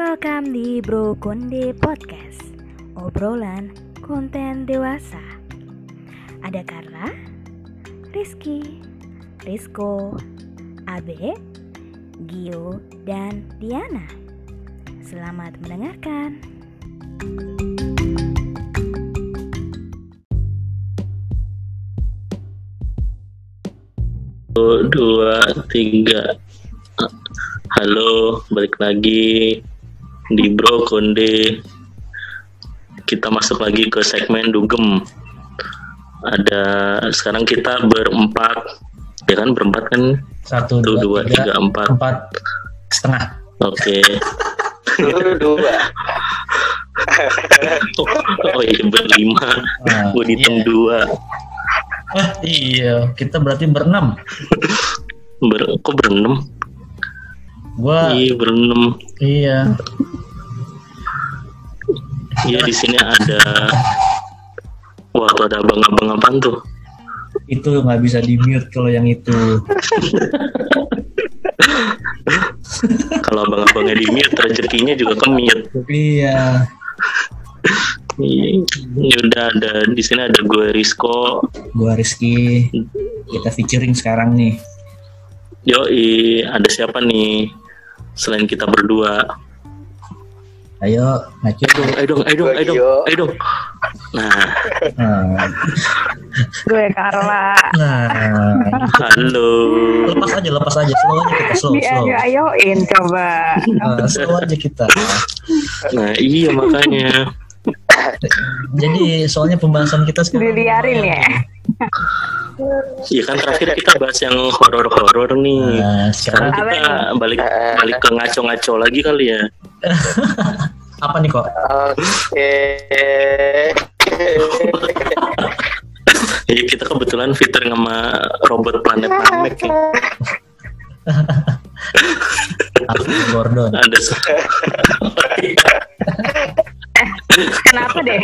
Welcome di Bro Konde Podcast, obrolan konten dewasa. Ada Carla, Rizky, Rizko, Abe, Gio, dan Diana. Selamat mendengarkan. Dua, tiga. Halo, balik lagi di Bro Konde. Kita masuk lagi ke segmen Dugem. Sekarang kita berempat, ya kan, berempat kan? 1, 2, 3, 4 setengah. Oke. Dua. Oh iya, berlima. Gue dihitung dua. Iya, kita berarti berenam. Kok berenam? Iya, berenam. Iya. Iya, di sini ada. Wah, tuh ada abang-abang apaan tuh? Itu nggak bisa di mute kalau yang itu. Kalau abang-abangnya di mute, rezekinya juga ke mute. Iya. Ini udah ada di sini, ada gue Rizko, Gua Rizky. Kita featuring sekarang nih. Yoi, ada siapa nih selain kita berdua? Ayo, ngacu. Ayo dong. Nah, Gue Carla. halo. Lepas aja. Slow aja kita, slow. Ayoin coba. Slow aja kita. Nah, iya makanya. Jadi soalnya pembahasan kita sekarang Diliarin ya. Iya kan, terakhir kita bahas yang horor-horor nih. Nah, Sekarang kita balik ke ngaco-ngaco lagi kali ya. apa nih kok? Oke. Iya, kita kebetulan featuring sama robot Planet Namek ya. Alfred Gordon. Ada Kenapa deh?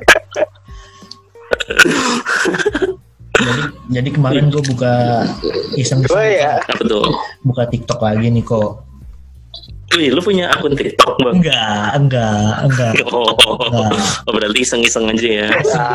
Jadi kemarin gue buka iseng ya. apa tuh? buka TikTok lagi nih kok. Wih, lu punya akun TikTok, Bang? Enggak. Oh, berarti iseng-iseng aja ya.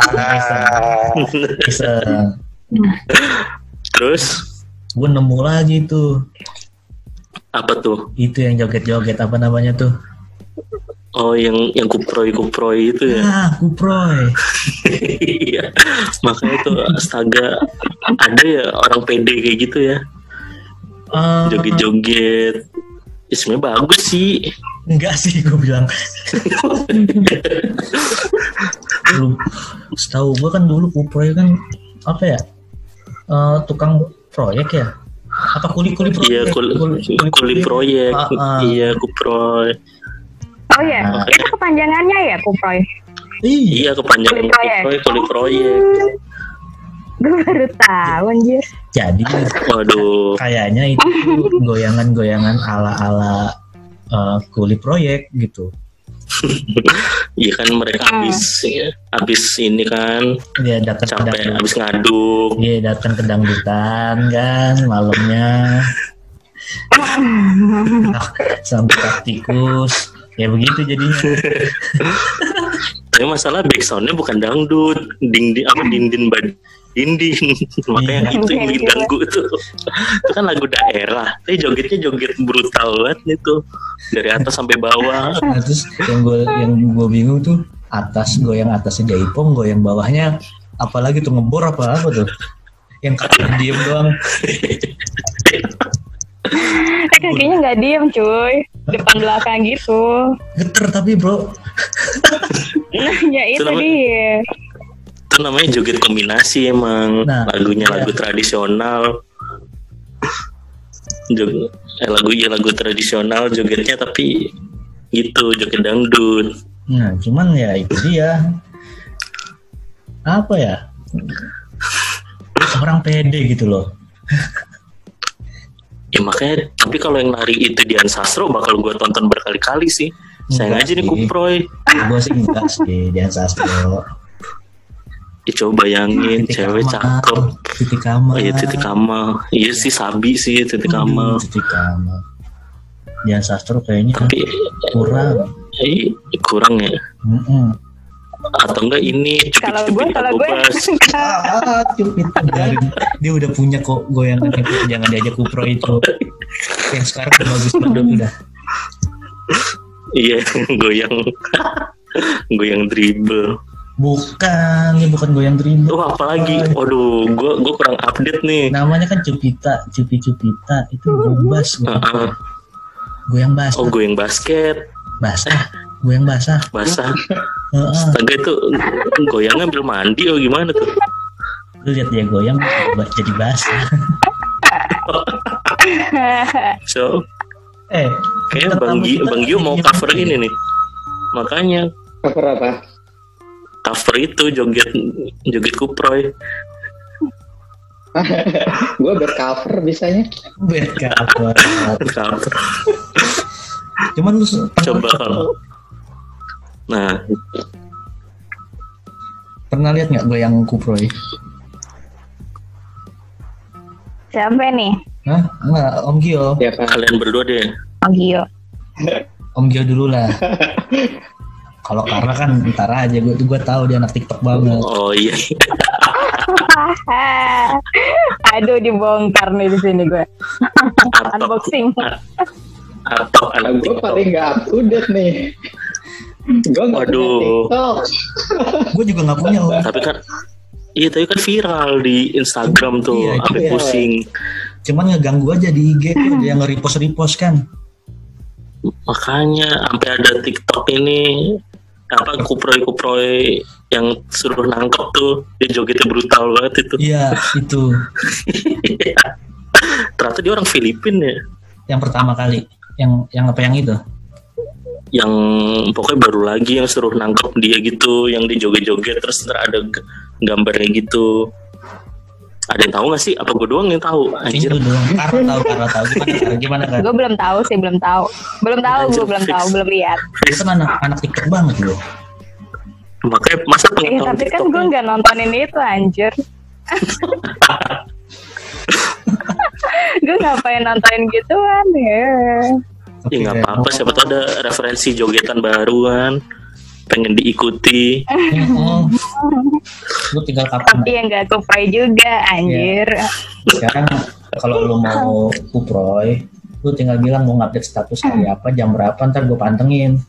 Iseng. Terus Gue nemu lagi tuh. apa tuh? Itu yang joget-joget apa namanya tuh? Oh, yang kuproy itu ya. Kuproy. Iya. Makanya tuh astaga, ada ya orang pede kayak gitu ya. Joget-joget. Ya, sebenarnya bagus sih. Enggak sih, gue bilang. Belum. Setahu gue kan dulu kuproy kan apa ya? Tukang proyek ya? Apa kuli proyek? Iya, kuli proyek. Iya, kuproy. Oh iya, itu kepanjangannya ya Kuproy. Iya, kepanjangan kuli proyek. Gue baru tahu anjir. Jadi, Waduh. kayaknya itu goyangan-goyangan ala-ala kuli proyek gitu. Iya kan, mereka habis ini kan Dia datang ke capek, dangdut. habis ngaduk. Dia datang ke dangdutan kan malamnya. Sampai praktikus. Ya begitu jadinya. Tapi masalah backsoundnya bukan dangdut, dinding. Makanya itu yang bikin ganggu itu kan lagu daerah. Tapi jogetnya joget brutal banget itu, dari atas sampai bawah. Nah, terus yang gue bingung tuh, goyang atasnya jaipong, goyang bawahnya apalagi tuh ngebor apa tuh? Yang kakinya diem doang. Kakinya nggak diem cuy, depan belakang gitu. Geter tapi bro. Nah ya itu Itu dia. Itu namanya joget kombinasi emang. Nah, Lagunya iya. lagu tradisional. Lagu tradisional, jogetnya tapi gitu, joget dangdut. Nah cuman ya itu dia. Apa ya? Orang pede gitu loh. Ya makanya, tapi kalau yang nari itu Dian Sastro bakal gue tonton berkali-kali sih. Sayang aja nih kuproy. Gue sih enggak sih Dian Sastro. Ya coba bayangin, cewek cakep. Titik Kamal. Oh iya, Titik Kamal. Iya sih, Sabi sih Titik Kamal. Titik Kamal. Dian Sastro kayaknya Tapi kurang ya. Atau enggak ini Kalau cupit-cupit gue Gobas. Cupit dia udah punya kok goyangan itu, jangan diajak kupro itu. Yang sekarang udah bagus banget udah. Iya, goyang dribble. Bukan goyang dribble. Oh, apalagi? Waduh, gue kurang update nih. Namanya kan Cupita itu Gobas. Goyang basah. Oh, goyang basket. Goyang basah. Astaga, itu goyangnya ambil mandi oh gimana tuh? Lu lihat dia goyang jadi basah. So, kayaknya Bang Gio mau cover ini nih. Makanya Cover apa? cover itu joget kuproy. Gue bercover bisanya. Cover. Cover. Cuman lu Coba kalau. Nah, pernah lihat nggak goyang kuproy? Siapa nih? Hah? Enggak, Om Gio. Ya kan. kalian berdua deh. Oh Gio. Om Gio dulu lah. Kalau Karla kan ntar aja, gue tahu dia anak TikTok banget. Oh iya. Aduh, dibongkar nih di sini gue. Unboxing. Atau anak Gue TikTok. paling nggak up to date nih. Gue nggak punya Waduh. TikTok. Gue juga nggak punya. Om. Tapi kan viral di Instagram tuh, Iya, sampai iya. pusing. Cuman ngeganggu aja di IG tuh, dia nge-repost kan. Makanya sampai ada TikTok ini apa kuproy yang suruh nangkep tuh, dia jogetnya brutal banget itu. Iya, itu Ternyata dia orang Filipina ya. yang pertama kali. Yang apa yang itu? Yang pokoknya baru lagi yang suruh nangkep dia gitu, yang dijoget-joget terus ntar ada gambarnya gitu. Ada yang tahu nggak sih? Apa gue doang yang tahu? Anjir. Itu doang. Karla tahu. Gimana kan? Gue belum tahu sih, belum tahu. Anjir, Belum fix. tahu, belum lihat. Itu kan anak TikTok banget loh. Makanya masa pengetahuan Tapi kan TikToknya- gue nggak nontonin itu, anjir. Gue ngapain nontonin gituan ya? Ya nggak apa-apa, siapa tahu ada referensi jogetan baru kan, pengen diikuti. Lu tinggal kapan? Tapi yang nggak kupai juga, anjir. Sekarang kalau lu mau kuproy, lu tinggal bilang mau ngupdate status hari apa, jam berapa, ntar gue pantengin.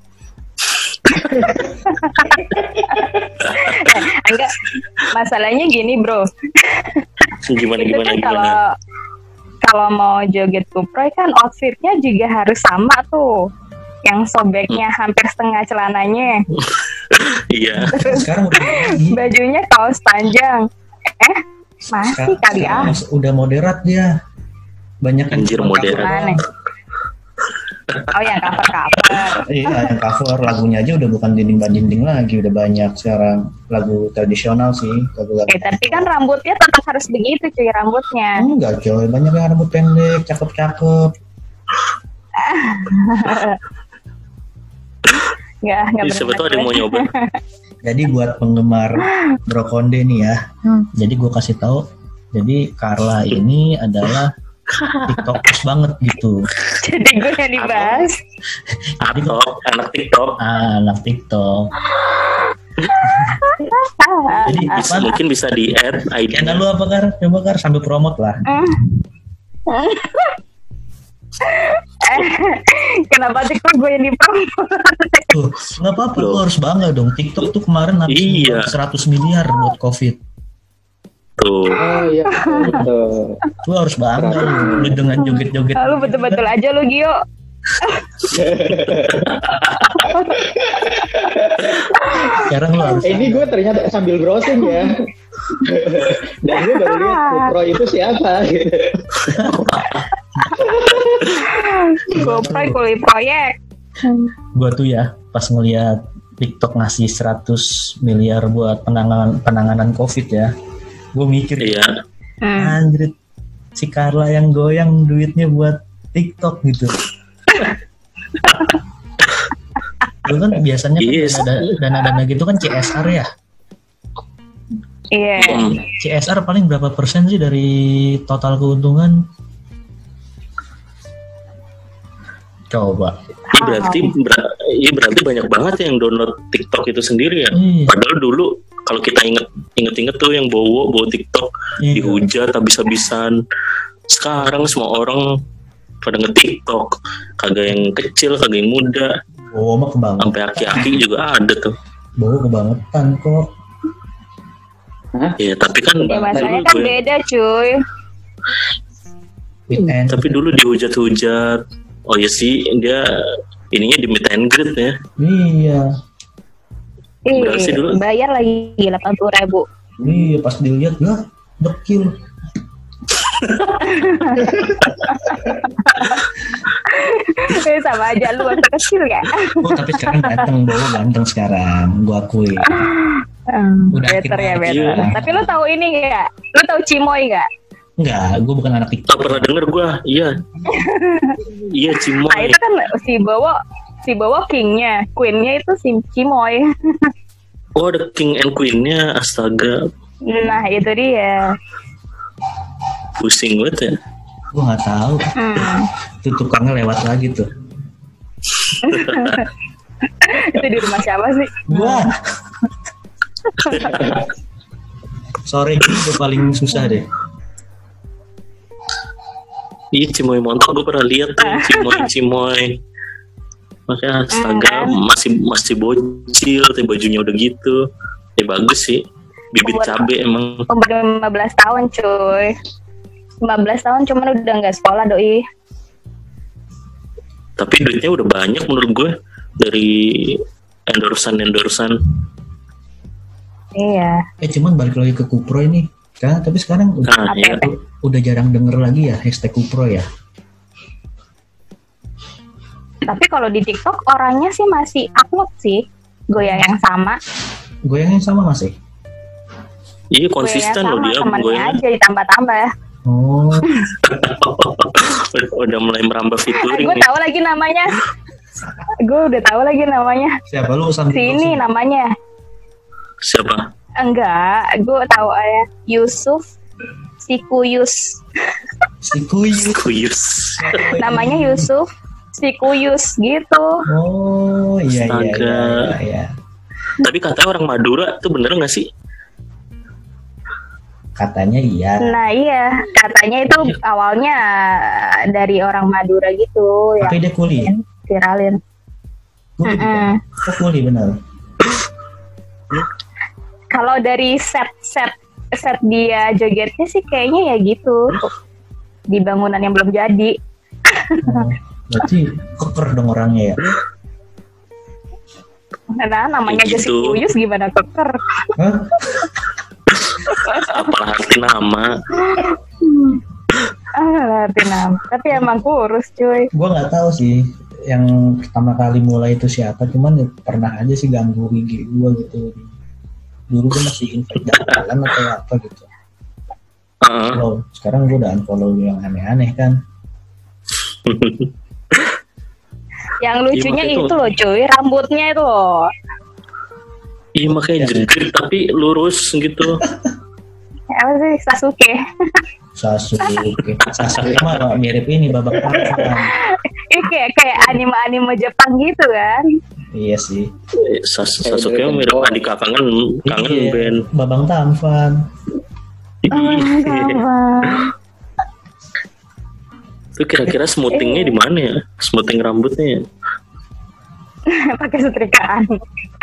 Enggak, masalahnya gini bro. Gimana Itu gimana kan gimana? kalau mau joget kuproy kan outfitnya juga harus sama tuh. Yang sobeknya hampir setengah celananya. Iya. Sekarang udah lagi. Bajunya kaos panjang. Masih kali ah. Udah moderat dia. Banyak yang Anjir, cuma moderat. cover Mana? Oh yang cover. Iya, yang cover lagunya aja udah bukan dinding-dinding lagi, udah banyak sekarang lagu tradisional sih, lagu-lagu. Tapi kan rambutnya tetap harus begitu cuy, rambutnya. Enggak coy, banyak yang rambut pendek, cakep-cakep. Nggak Siapa tahu ada yang mau bener. nyoba. Jadi buat penggemar Brokonde nih ya, jadi gue kasih tahu, jadi Karla ini adalah TikTokers banget gitu. Jadi gue yang dibahas. Atau anak TikTok. Anak TikTok. Jadi Mungkin bisa di add ID. channel lu apa Kar? Coba Kar sambil promote lah. Kenapa TikTok gue yang dipromote? Tuh, nggak apa-apa, lu harus bangga dong. TikTok tuh kemarin habis Iya. 100 miliar buat COVID. Tuh. Oh iya betul. Lu harus bangga lu dengan joget-joget. Lu betul-betul aja lu Gio. Sekarang lu harus Ini gue ternyata sambil browsing ya. Dan gue baru lihat Kupro itu siapa gitu. GoPro kuli proyek. gua tuh ya pas ngeliat TikTok ngasih 100 miliar buat penanganan COVID ya. Gue mikir, Iya. anjir, si Karla yang goyang duitnya buat TikTok gitu. Lu kan biasanya kan Yes. dana-dana gitu kan CSR ya. Iya. CSR paling berapa persen sih dari total keuntungan? Coba. Berarti banyak banget yang download TikTok itu sendiri ya. Padahal dulu kalau kita inget tuh yang bawa TikTok dihujat habis-habisan. Sekarang semua orang pada nge-TikTok, kagak yang kecil, kagak yang muda. Bawa mah kebangetan. Sampai aki-aki juga ada tuh. Bawa kebangetan kok. Hah? Ya tapi kan Ya masalahnya kan beda cuy. Tapi dulu dihujat-hujat. Oh ya sih, dia ininya di meet and greet ya. Iya. Berapa sih dulu? Bayar lagi 80.000. Iya, pas dilihat lah, dekil. Sama aja lu waktu kecil ya. Oh, tapi sekarang ganteng sekarang, gua akui. Udah Better ya, better. Iya. Tapi lu tahu ini nggak? Lu tahu Cimoy nggak? Enggak, gua bukan anak Oh, TikTok. pernah denger gue, iya. Iya Cimoy. Nah itu kan si Bowo kingnya, queennya itu si Cimoy. Oh ada king and queen-nya, astaga. Nah itu dia. Pusing banget ya. Gua nggak tahu. Itu tukangnya lewat lagi tuh. Itu di rumah siapa sih? Gua. Sore itu paling susah deh. Iya Cimoy montok gue pernah lihat tuh Cimoy. Makanya astaga masih bocil, tapi bajunya udah gitu. Ya bagus sih. Bibit cabe emang. Umur 15 tahun cuy. 15 tahun cuman udah nggak sekolah doi. Tapi duitnya udah banyak menurut gue dari endorsan. Iya. Cuman balik lagi ke Kupro ini. Kan tapi sekarang udah jarang denger lagi ya hashtag Kupro ya. Tapi kalau di TikTok orangnya sih masih upload sih goyang yang sama. Goyangnya sama masih? Iya konsisten loh dia goyangnya aja ditambah-tambah. Oh. Udah mulai merambah featuring. Gue tahu lagi namanya. Gue udah tahu lagi namanya. Siapa lu sambil si ini namanya? Siapa? Enggak, gue tahu ya. Yusuf Sikuyus. Sikuyus. Namanya Yusuf Sikuyus gitu. Oh iya. Tapi katanya orang Madura tuh bener nggak sih? Katanya iya. Nah iya, katanya itu awalnya dari orang Madura gitu. Tapi dia kuli. Viralin. Kuli bener. Kalau dari set dia jogetnya sih kayaknya ya gitu. Di bangunan yang belum jadi. Berarti keker dong orangnya ya. Nah namanya gitu. Jessica Uyus gimana keker? Hah? Apalah arti nama. Arti nama. Tapi emang kurus cuy. Gue nggak tahu sih yang pertama kali mulai itu siapa, cuman ya pernah aja sih ganggu IG gue gitu. Dulu gue masih invite jalan atau apa gitu. Sekarang gue udah unfollow yang aneh-aneh kan. Yang lucunya itu loh cuy, rambutnya itu loh. Iya makanya jengkir tapi lurus gitu. Apa sih Sasuke mah mirip ini Babak Tarzan. Ini kayak anime Jepang gitu kan. Iya sih. Sasuke mirip adik kangen band Babang Tampan. Itu kira-kira smoothingnya di mana ya? Smoothing rambutnya ya? Pakai setrikaan.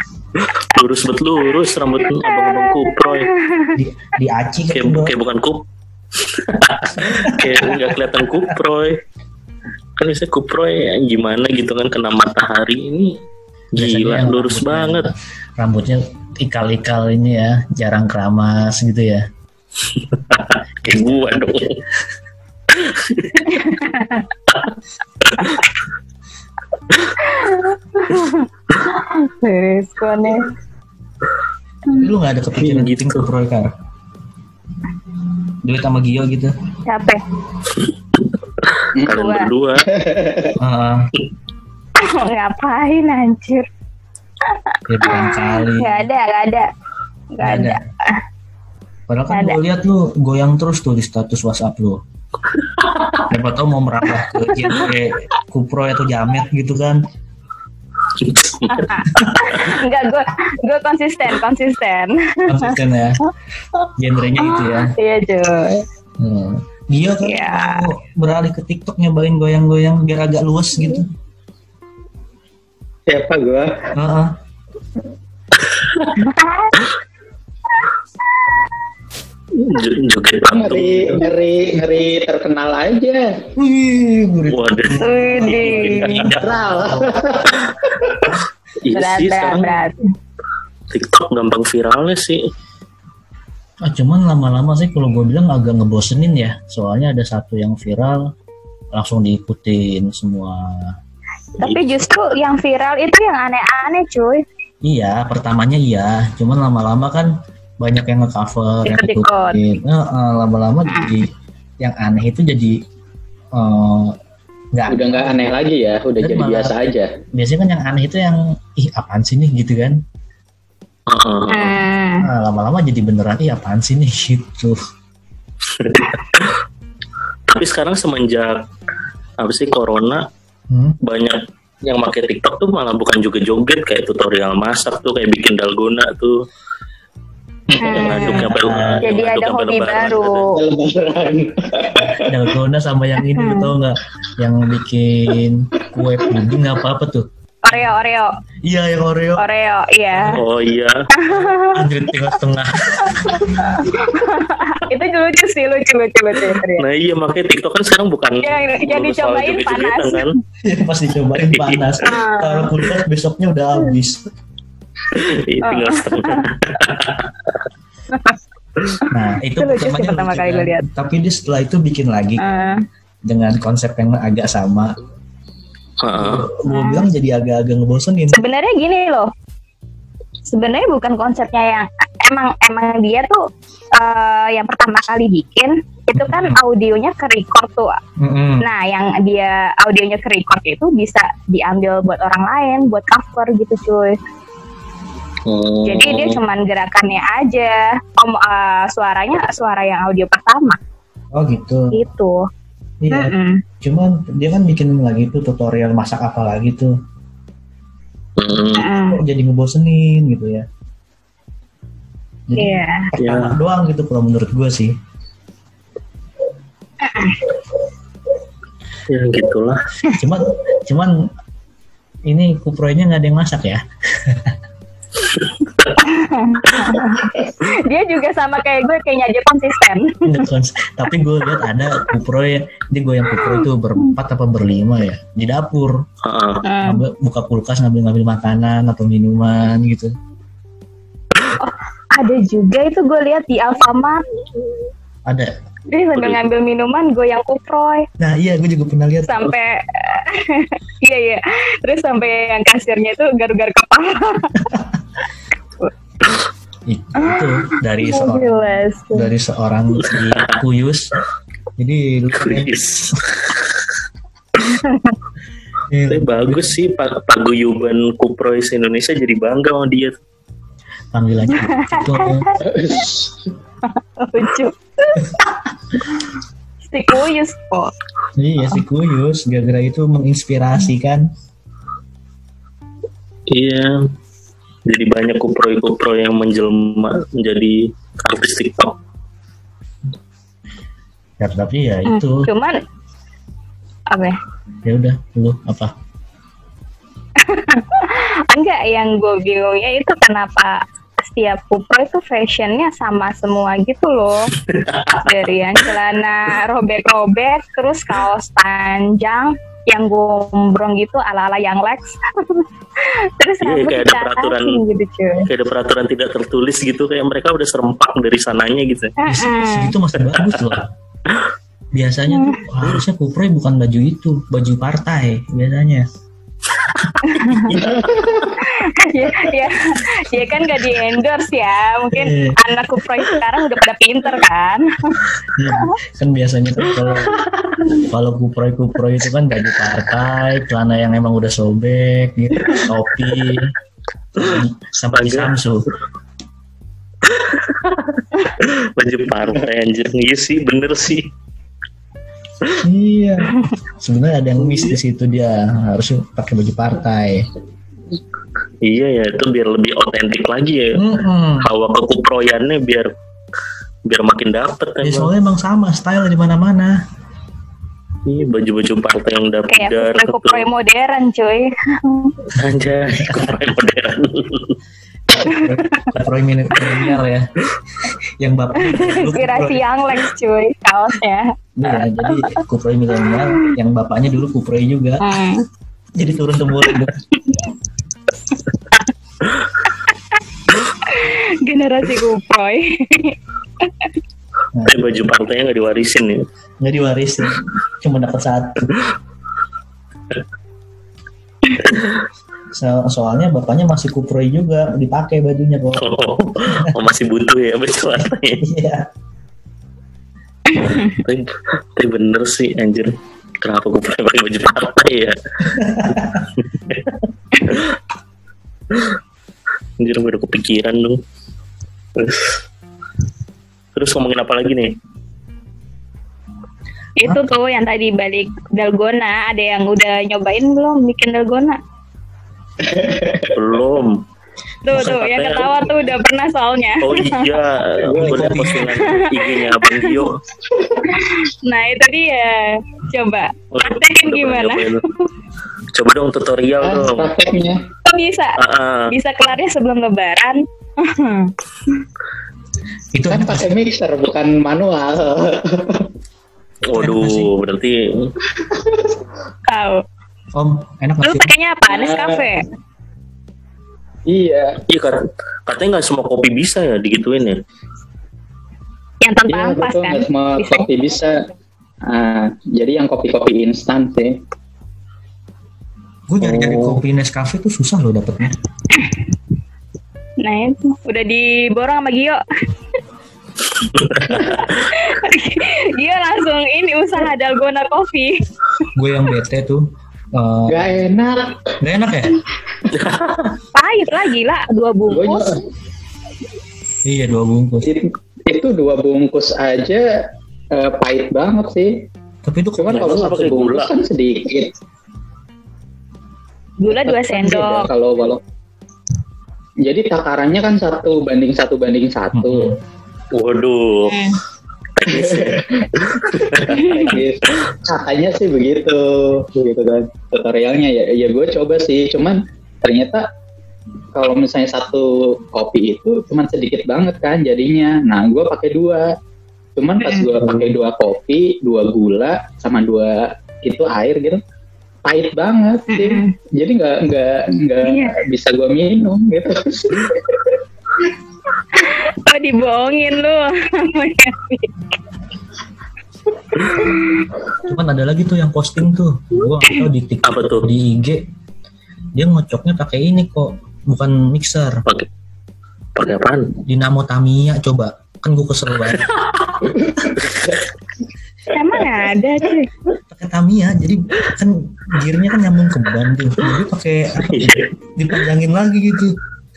Lurus rambut abang-abang Kuproy. Di aci kayak bukan kup. Kayak nggak kelihatan Kuproy. Kan biasanya Kuproy ya, gimana gitu kan kena matahari ini. Gila lurus banget. Rambutnya ikal-ikal ini ya, jarang keramas gitu ya. Kayak gua dong. Responnya. Lu nggak ada kepikiran gitu ke proyek duit sama Gio gitu? Siapa? Kalian berdua. Ngapain anjir? Ya barangkali. Gak ada. Padahal kan gue lihat lu goyang terus tuh di status WhatsApp lu. Siapa tau mau merambah ke genre kuproy atau jamet gitu kan. Enggak, gue konsisten. Konsisten ya. Genrenya itu ya. Iya cuy. Dia kan mau beralih ke TikTok nyobain goyang-goyang biar agak luas gitu. Siapa gue? Joget ngeri terkenal aja. Wih, waduh. Viral. Iya sih, sekarang TikTok gampang viralnya sih. Cuman lama-lama sih kalau gue bilang agak ngebosenin ya. Soalnya ada satu yang viral langsung diikutin semua. Tapi justru yang viral itu yang aneh-aneh cuy. Iya, pertamanya iya. Cuman lama-lama kan banyak yang nge-cover, yang ikutin. Lama-lama jadi yang aneh itu jadi udah nggak aneh lagi ya, udah jadi biasa aja. Biasanya kan yang aneh itu yang apaan sih nih gitu kan. Lama-lama jadi beneran apaan sih nih gitu. Tapi sekarang semenjak corona banyak yang pakai TikTok tuh malah bukan juga joget, kayak tutorial masak tuh, kayak bikin dalgona tuh. Jadi ada hobi baru. Dalgona sama yang ini lu tau nggak? Yang bikin kue puding apa tuh? Oreo. Iya, yang Oreo, iya. Oh iya. Anjir tengah-tengah. Itu lucu sih, lucu. Nah iya, makanya TikTok kan sekarang bukan yang dicobain panas. Kan? Ya, pas dicobain panas. Kalau kulkas besoknya udah habis. Tinggal setengah. Nah itu pertama kali gue lihat. Tapi dia setelah itu bikin lagi dengan konsep yang agak sama. Gue bilang jadi agak-agak ngebosenin. Sebenarnya gini loh. Sebenarnya bukan konsepnya yang emang dia tuh yang pertama kali bikin itu kan audionya ke record tuh. Nah yang dia audionya ke record itu bisa diambil buat orang lain, buat cover gitu cuy. Jadi dia cuman gerakannya aja, suaranya suara yang audio pertama. Oh gitu. Gitu. Iya. Cuman dia kan bikin lagi tuh tutorial masak apa lagi tuh. Kok jadi ngebosenin gitu ya. Jadi pertama doang gitu kalau menurut gue sih. Ya gitulah. Cuman ini kuproynya nggak ada yang masak ya. Dia juga sama kayak gue, kayaknya aja konsisten. Tapi gue lihat ada kuproy, dia goyang kuproy itu berempat apa berlima ya di dapur. Buka kulkas ngambil makanan atau minuman gitu. Ada juga itu gue lihat di Alfamart. Ada. Dia sambil ngambil minuman goyang kuproy. Nah iya, gue juga pernah lihat. Sampai iya. Terus sampai yang kasirnya itu garuk-garuk kepala. Itu dari seorang si Kuyus. Jadi Tapi bagus sih paguyuban kuproy Indonesia, jadi bangga sama dia. Panggilannya itu lucu. Si Kuyus kok. Iya si Kuyus, gara-gara itu menginspirasi kan. Iya. Jadi banyak kuproy yang menjelma menjadi artis TikTok. Ya, tapi ya itu. Cuman apa? Ya udah, lu apa? Enggak, yang gue bingungnya itu kenapa setiap kuproy itu fashionnya sama semua gitu loh. Dari yang celana robek-robek, terus kaos panjang yang gombrong gitu ala-ala yang Lex. Terus rambut kayak ada peraturan gitu cuy. Kayak ada peraturan tidak tertulis gitu, kayak mereka udah serempak dari sananya gitu. Segitu masih bagus loh. Biasanya tuh harusnya kuproy bukan baju itu, baju partai biasanya. ya kan gak di endorse ya, mungkin anak kuproy sekarang udah pada pinter kan. Kan biasanya kan kalau kuproy itu kan baju partai, celana yang emang udah sobek gitu, topi sampai Samsu. Baju partai anjir, iya sih, bener sih. Iya. Sebenarnya ada yang miss di situ, dia harus pakai baju partai. Iya ya, itu biar lebih otentik lagi ya. Hawa kekuproyannya biar makin dapet. Ya, soalnya emang sama style di mana-mana. Iya, baju-baju partai yang udah kayak kuproy modern cuy. Anjay, kuproy modern. Kuproy milenial ya. Yang bapak inspirasi yang Lex cuy kaosnya. Iya, jadi kuproy milenial yang bapaknya dulu kuproy juga. Jadi turun temurun. Generasi kuproy. Tapi baju partainya nggak diwarisin ya? Nggak diwarisin, cuma dapat satu. Soalnya bapaknya masih kuproy juga, dipakai bajunya kok. Masih butuh ya baju partainya. Iya. Tapi bener sih anjir, kenapa kuproy pakai baju partai ya? Anjir, gue udah kepikiran dong. Terus ngomongin apa lagi nih? Itu tuh yang tadi balik dalgona, ada yang udah nyobain belum bikin dalgona? Belum. Tuh yang ketawa tuh udah pernah soalnya. Oh iya, gue liat postingan IG-nya Abang Gio. Nah itu dia, coba praktekin gimana? Coba dong tutorial dong. Prakteknya. Kok bisa? Bisa kelarnya sebelum lebaran? Itu kan pakai mixer bukan manual. Waduh, berarti tahu. Om, enak lu masih. pakainya apa? Nescafe. Iya. Iya, katanya nggak semua kopi bisa ya digituin ya. Yang tanpa Iya, ampas betul, kan? nggak semua kopi bisa. Jadi yang kopi-kopi instan sih. Gue nyari-nyari kopi Nescafe tuh susah loh dapetnya. Nah itu udah diborong sama Gio. Gio langsung ini usaha dalgona coffee. Gue yang bete tuh. Gak enak. Gak enak ya? Pahit lah gila, 2 bungkus. Iya 2 bungkus. Itu 2 bungkus aja pahit banget sih. Tapi itu cuman kalau satu bungkus kan sedikit. Gula 2 sendok. Kalau jadi takarannya kan 1 banding 1. Waduh. Katanya sih begitu kan tutorialnya ya gue coba sih, cuman ternyata kalau misalnya 1 kopi itu cuman sedikit banget kan jadinya. Nah gue pakai 2, cuman pas gue pakai 2 kopi, 2 gula sama 2 itu air gitu, pahit banget sih. Jadi nggak bisa gue minum gitu. Oh dibohongin lu. Cuman ada lagi tuh yang posting tuh, gue nggak tahu di TikTok atau di IG, dia ngocoknya pakai ini kok, bukan mixer. Pakai apaan? Dinamo Tamiya, coba. Kan gue kesel banget. Emang ada cuy. Pakai Tamiya, jadi kan gearnya kan nyambung ke ban tuh. Jadi pakai dipanjangin lagi gitu.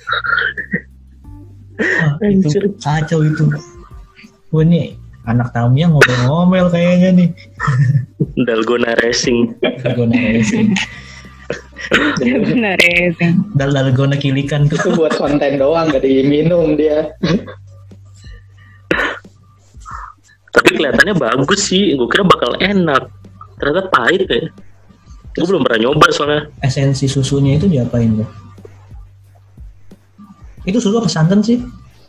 Itu kacau itu. Gue nih anak Tamiya ngomel-ngomel kayaknya nih. Dalgona Racing. Dalgona kilikan tuh. Itu buat konten doang, gak diminum dia. Tapi kelihatannya bagus sih. Gue kira bakal enak. Ternyata pahit ya. Gue belum pernah nyoba soalnya. Esensi susunya itu diapain tuh? Itu susu apa santan sih?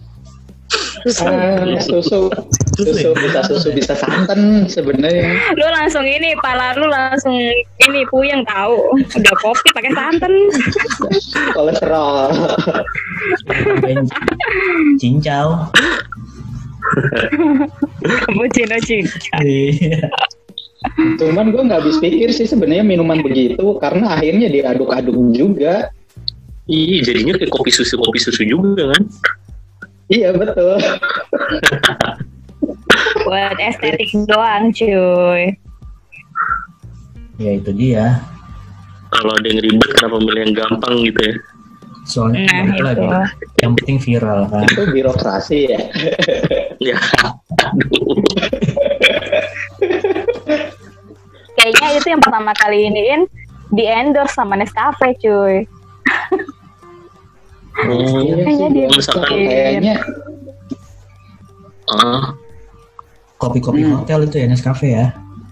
Susu bisa santan sebenarnya. Lu langsung ini, pala lu langsung ini puyeng tahu. Udah kopi pakai santan. Kolesterol. Cincau. Cappuccino cincau. Cuman gue nggak habis pikir sih sebenarnya minuman begitu, karena akhirnya diaduk-aduk juga. Iya, jadinya kayak kopi susu juga kan? Iya betul. Buat estetik doang cuy. Ya itu dia. Kalau ada yang ribet kenapa milih yang gampang gitu ya? Soalnya lagi. Yang penting viral kan. Itu birokrasi ya. Ya, aduh. kayaknya itu yang pertama kali iniin di endorse sama Nescafe cuy. Kayaknya dia kayaknya kopi-kopi hotel itu ya Nescafe ya.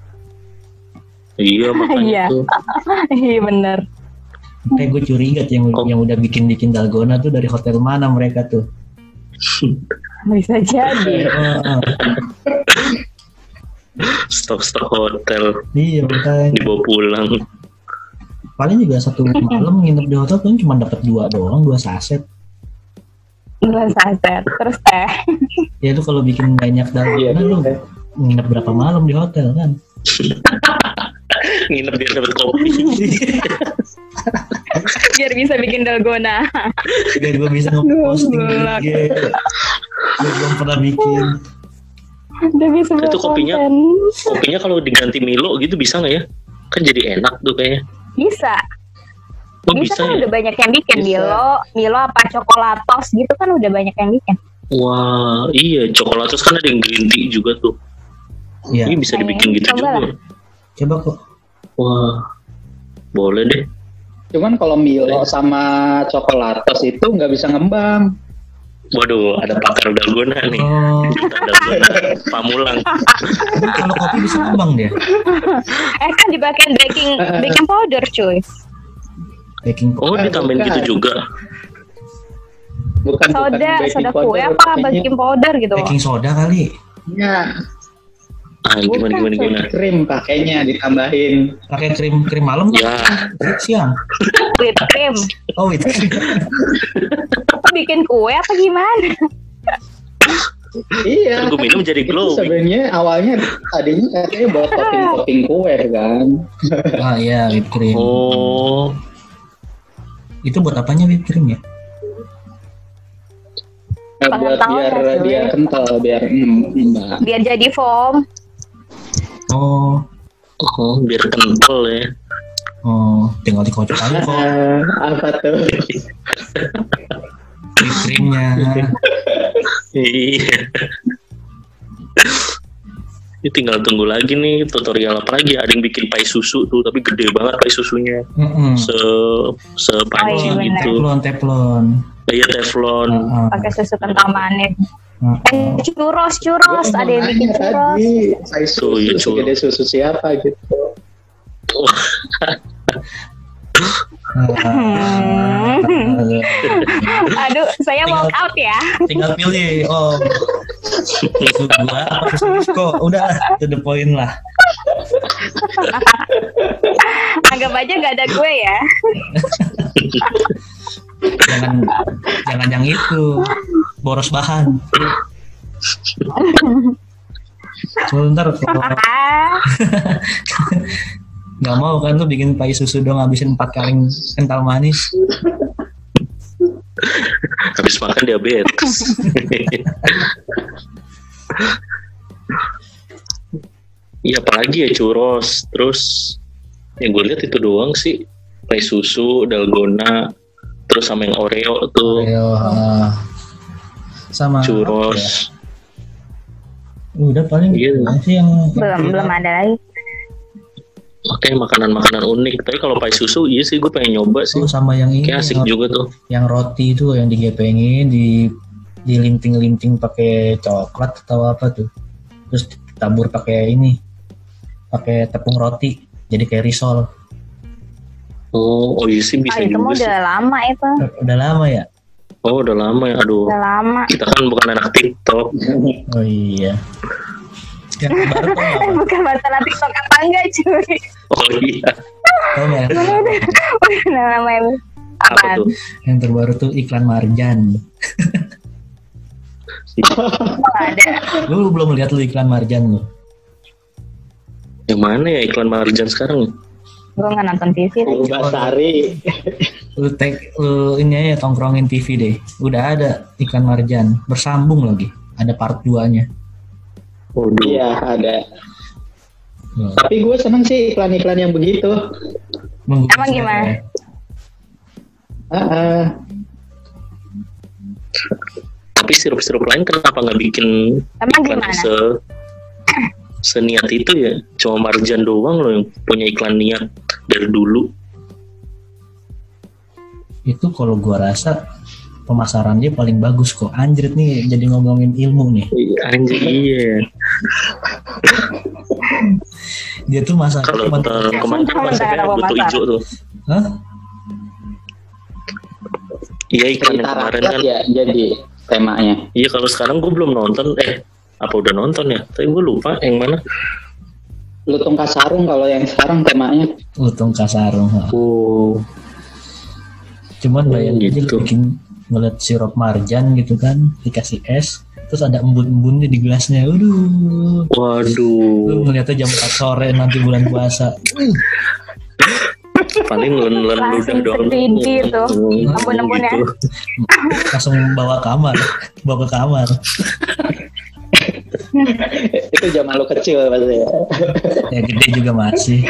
Iya makanya tuh. Iya bener. Kayak gue curiga yang udah bikin dalgona tuh dari hotel mana mereka tuh. Bisa jadi. Stok hotel. Iya makanya. Dibawa pulang. Paling juga satu malam nginep di hotel kan cuma dapat 2 saset. 2 saset terus teh. Ya lu kalau bikin banyak dalgona lu nginep berapa malam di hotel kan? Nginep biar dapat kopi. Biar bisa bikin dalgona. Biar gue bisa nge-posting di IG. Gue belum pernah bikin. Udah bisa itu kopinya kalau diganti Milo gitu bisa nggak ya? Kan jadi enak tuh kayaknya. Bisa. Bisa kan ya? Udah banyak yang bikin Milo apa Coklatos gitu kan udah banyak yang bikin. Wah iya Coklatos kan ada yang green tea juga tuh. Iya. Ini bisa dibikin gitu juga. Coba kok. Wah boleh deh. Cuman kalau Milo sama Coklatos itu nggak bisa ngembang. Waduh, ada pakar dalgona nih. Dalgona Pamulang. Kalau kopi bisa ngembang dia. Kan dipakai baking powder cuy. Baking powder. Ditambahin gitu juga. Bukan soda kue apa baking powder gitu. Baking soda kali. Ya. Gimana? Krim pakainya ditambahin. Pakai krim malam ya. Siang. Whipped cream. Whipped cream. Bikin kue apa gimana? Iya. Gue minum jadi glow. Sebenarnya awalnya tadinya katanya buat topping kue kan. Iya whipped cream. Itu buat apanya whipped cream ya? Buat biar dia kental, biar jadi foam. Biar kental ya. Tinggal dikocok aja kok. Apa tuh? Whipped creamnya. Iya. Ini tinggal tunggu lagi nih tutorial apa lagi. Ada yang bikin pai susu tuh, tapi gede banget pai susunya. Sepanci gitu. Teflon. Iya teflon. Pakai susu kental manis. Churros ada yang bikin churros. Pai susu gede susu siapa gitu. Aduh, saya walk out ya. Tinggal pilih. Susu gua apa susu kok. Udah to the point lah. Anggap aja nggak ada gue ya. jangan yang itu boros bahan. Sebentar kalau nggak mau kan lu bikin pai susu dong habisin 4 kaleng kental manis. Habis makan diabetes. Iya apalagi ya churros. Terus yang gue lihat itu doang sih. Pai susu, dalgona, terus sama yang Oreo tuh. Sama churros. Udah paling sih yang belum ada lagi. Makanya makanan-makanan unik. Tapi kalau pai susu iya sih gue pengen nyoba sih. Sama yang ini kayak asik juga tuh. Yang roti itu yang digepengin dilinting-linting pakai coklat atau apa tuh. Terus tabur pakai tepung roti jadi kayak risol. Oh iya sih bisa itu juga sih. Udah lama itu. Udah lama ya? Udah lama ya. Aduh. Udah lama. Kita kan bukan anak TikTok. Oh iya. Yang terbaru tuh apa? Bukan masalah TikTok apa enggak cuy. Oh iya. Udah lama ya. Apa tuh? Yang terbaru tuh iklan Marjan. Ada. Lu belum lihat lu iklan Marjan lu? Yang mana ya iklan Marjan sekarang? Gue nggak nonton TV. Basari. Lu ini ya tongkrongin TV deh. Udah ada iklan Marjan bersambung lagi. Ada part 2-nya. Iya ada. Tapi gue seneng sih iklan-iklan yang begitu. Emang gimana? Tapi sirup-sirup lain kenapa nggak bikin emang iklan gimana? seniat itu ya. Cuma Marjan doang loh yang punya iklan niat dari dulu. Itu kalau gua rasa pemasarannya paling bagus kok. Anjrit nih jadi ngomongin ilmu nih. Anjir iya. Dia tuh masak. Kalau kemarin masaknya butuh hijau tuh. Hah? Iya iklan yang kemarin kan. Ya, jadi temanya. Iya kalau sekarang gue belum nonton. Apa udah nonton ya? Tapi gue lupa yang mana. Lutung Kasarung kalau yang sekarang temanya. Lutung Kasarung. Oh. Cuman bayangin aja gitu. lu bikin ngeliat sirup marjan gitu kan, dikasih es, terus ada embun-embunnya di gelasnya. Lu Waduh. ngeliatnya jam 4 sore nanti bulan puasa. Paling ludah langsung doang. 3D tuh embun-embunnya. Langsung bawa ke kamar. Itu zaman lu kecil pasti ya. Ya gede juga masih.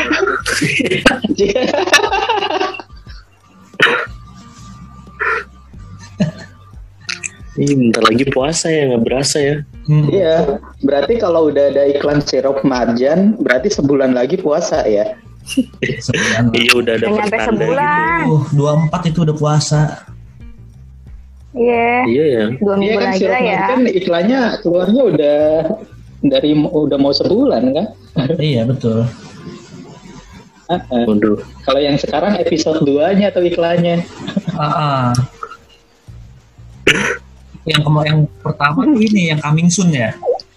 Bentar lagi puasa ya, nggak berasa ya. Iya, berarti kalau udah ada iklan sirup marjan, berarti sebulan lagi puasa ya. Sebulan. Iya udah ada Nyampe pertanda sebulan. 24 itu udah puasa. Iya. Iya ya. 2 Iya minggu kan lagi sirup lah ya. marjan iklannya keluarnya udah mau sebulan kan. Iya betul. Waduh. Kalau yang sekarang episode 2-nya atau iklannya. Yang pertama tuh ini yang coming soon ya.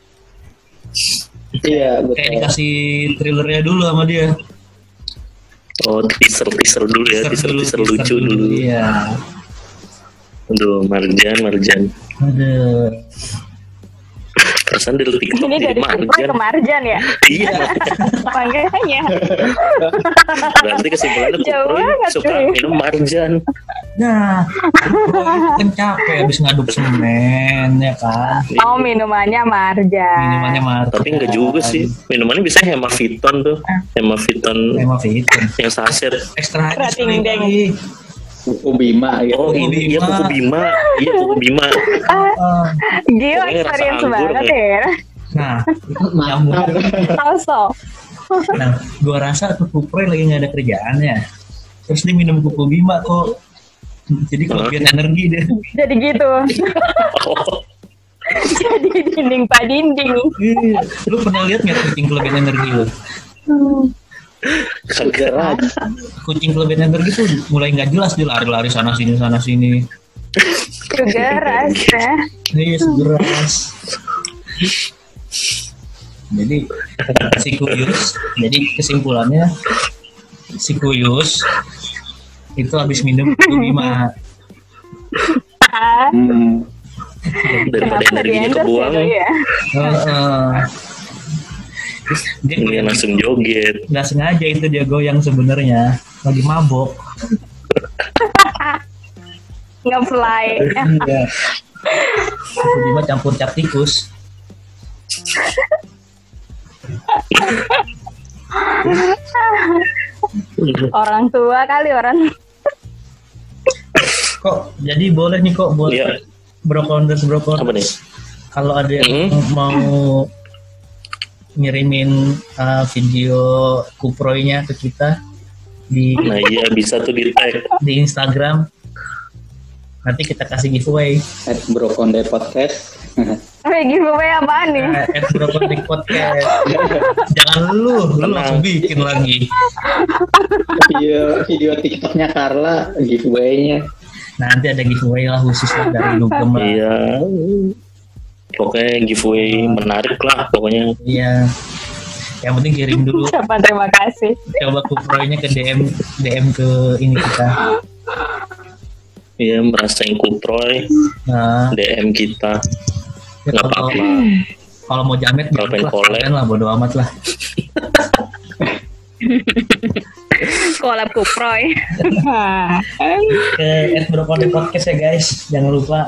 Iya, betul. Kayak dikasih trailernya dulu sama dia. Oh teaser dulu ya, teaser lucu dulu. Iya. Aduh Marjan. Aduh. Perasaan dari TikTok Ini dari jadi Kupro ke Marjan ya. Iya. Makanya. Berarti kesimpulannya Jauh Kupro banget, suka cuy. minum Marjan. Nah, kan capek habis ngaduk semen ya kan. Oh minumannya Marjan. Minumannya marjan. Tapi enggak juga sih. Minumannya bisa Hemaviton tuh. Hemaviton Hemaviton. yang saset. Ekstra Rating deng. Kuku Bima gitu. Oh ini iya Kuku Bima. Iya Kuku Bima. Gio Pokoknya rasa experience anggur banget kayak. ya. Nah, nyambung. Tauso. Nah, gua rasa tuh Kupro lagi nggak ada kerjaannya. Terus dia minum Kuku Bima kok. Jadi kelebihan energi deh. Jadi gitu. Oh, Jadi dinding pak dinding. Iya. Lu pernah lihat nggak kucing kelebihan energi lu? kagak. Kucing kelebihan energi tuh mulai nggak jelas, dia lari-lari sana sini. Juga rasa. Iya, segeras. Jadi si Kuyus, jadi kesimpulannya si Kuyus itu habis minum Kuku Bima. Daripada energinya kebuang, Ya? Dia dia langsung joget. nggak sengaja itu dia goyang sebenarnya lagi mabok. Nge-fly. Iya. Kuku Bima campur cap tikus. Orang tua kali orang. Kok jadi boleh nih kok buat Iya. brokonders Apa nih? kalau ada yang mau ngirimin video Kuproy-nya ke kita di Nah iya bisa tuh di tag. Instagram, nanti kita kasih giveaway. @brokonde podcast. Giveaway apaan nih? @brokonde podcast. Jangan lu langsung bikin lagi. Video TikToknya Carla giveaway-nya. Nanti ada giveaway lah khusus dari Dugem lah. Iya. Pokoknya giveaway menarik lah pokoknya. Iya. Yang penting kirim dulu. Siapa terima kasih. Coba Kuproy-nya ke DM ke ini kita. Iya merasain Kuproy, Nah, DM kita. ya Nggak apa-apa. kalau mau jamet Kalau pengen collab. kalian lah, bodo amat lah. Collab Kuproy. Ke @brokonde podcast ya guys, jangan lupa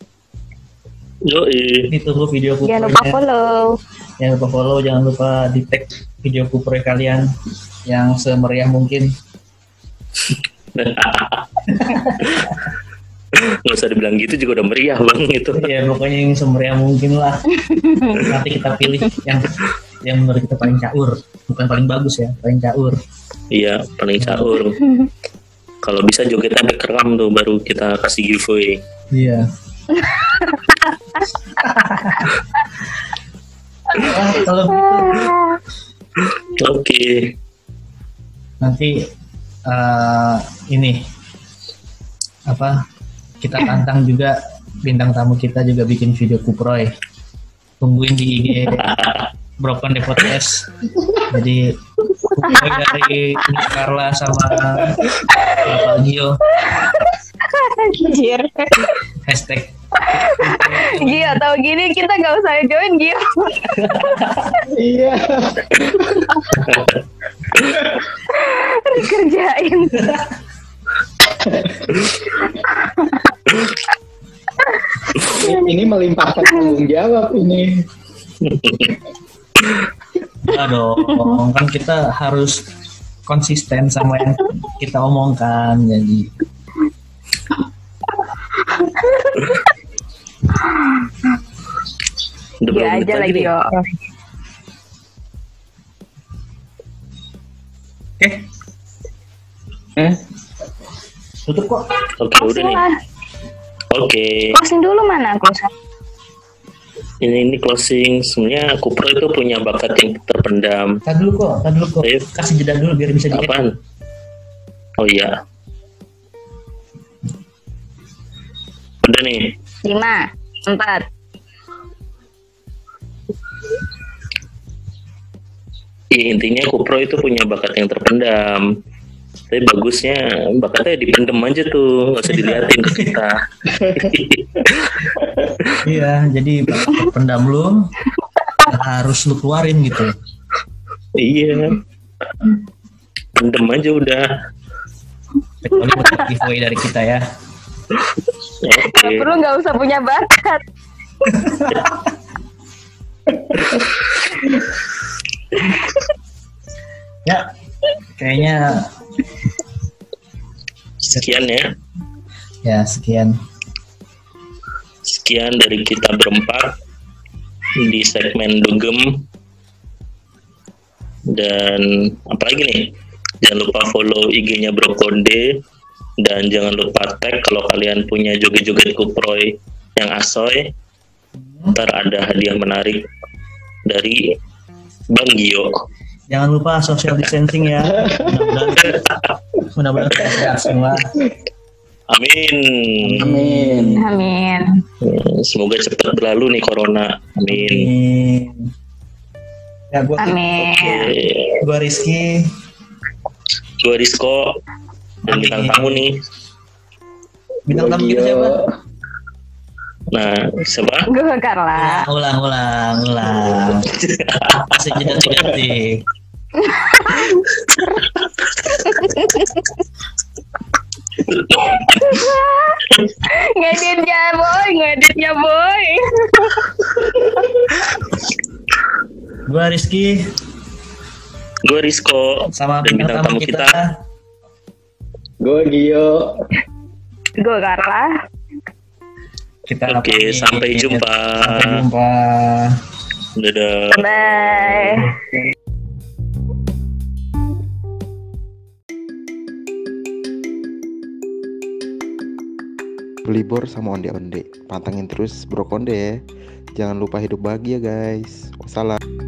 Yoi. ditunggu video Kuproy. Jangan lupa follow. Jangan lupa follow, jangan lupa di tag video Kuproy kalian yang semeriah mungkin. Nggak usah dibilang gitu juga udah meriah bang itu. Ya pokoknya yang semeriah mungkin lah. Nanti kita pilih yang yang menurut kita paling caur, bukan paling bagus ya, paling caur. Iya, paling caur. Kalau bisa jogetnya sampai keram tuh baru kita kasih giveaway. Iya. Kalau gitu Oke. nanti ini apa, kita tantang juga bintang tamu kita juga bikin video kuproy. Tungguin di IG Broken The Podcast. Jadi kuproy dari Carla sama Bapak Gio. Anjir. Hashtag Gio, tahu gini kita nggak usah join Gio. Iya. Kerjain. Ini melimpahkan tanggung jawab ini. enggak dong, kan kita harus konsisten sama yang kita omongkan. Jadi Udah Dia berapa menit aja lagi nih? Gio. oke, tutup kok. Oke, udah Closing nih. lah. Oke. Closing dulu mana closing? Ini closing. Sebenarnya Kupro itu punya bakat yang terpendam. Tadi dulu kok. Ayo. Kasih jeda dulu biar bisa di-edit. Apaan? Oh iya. Udah nih. 5, 4. Intinya Kupro itu punya bakat yang terpendam. Tapi bagusnya bakatnya dipendem aja tuh, nggak usah diliatin ke kita. Iya, jadi pendam lu harus lu keluarin gitu. Iya. Pendem aja udah. Kecuali buat giveaway dari kita ya. Oke. Nggak perlu, nggak usah punya bakat. Ya, kayaknya Sekian ya. ya sekian. Sekian dari kita berempat di segmen Dugem. Dan apalagi nih, jangan lupa follow IG-nya Brokonde, dan jangan lupa tag kalau kalian punya joget-joget kuproy yang asoy. Ntar ada hadiah menarik dari Bang Gio. Jangan lupa social distancing ya. Mudah-mudahan sehat semua. Amin. Amin. Amin. Semoga cepat berlalu nih corona. Amin. Ya, Amin. gua Rizky. Gue Rizko dan bintang tamu nih. Bintang tamu kita siapa? Nah, siapa? Gue Carla. Ulang. Masih jeda-jeda. Ngeditnya boy. Gua Rizky Gue Rizko sama dan bintang tamu kita. Gue Gio. Gue Carla. Kita Oke, pamit. sampai jumpa. Sampai jumpa. Dadah. Bye. Belibor sama onde-onde. Pantengin terus Brokonde ya. Jangan lupa hidup bahagia guys. Wassalam.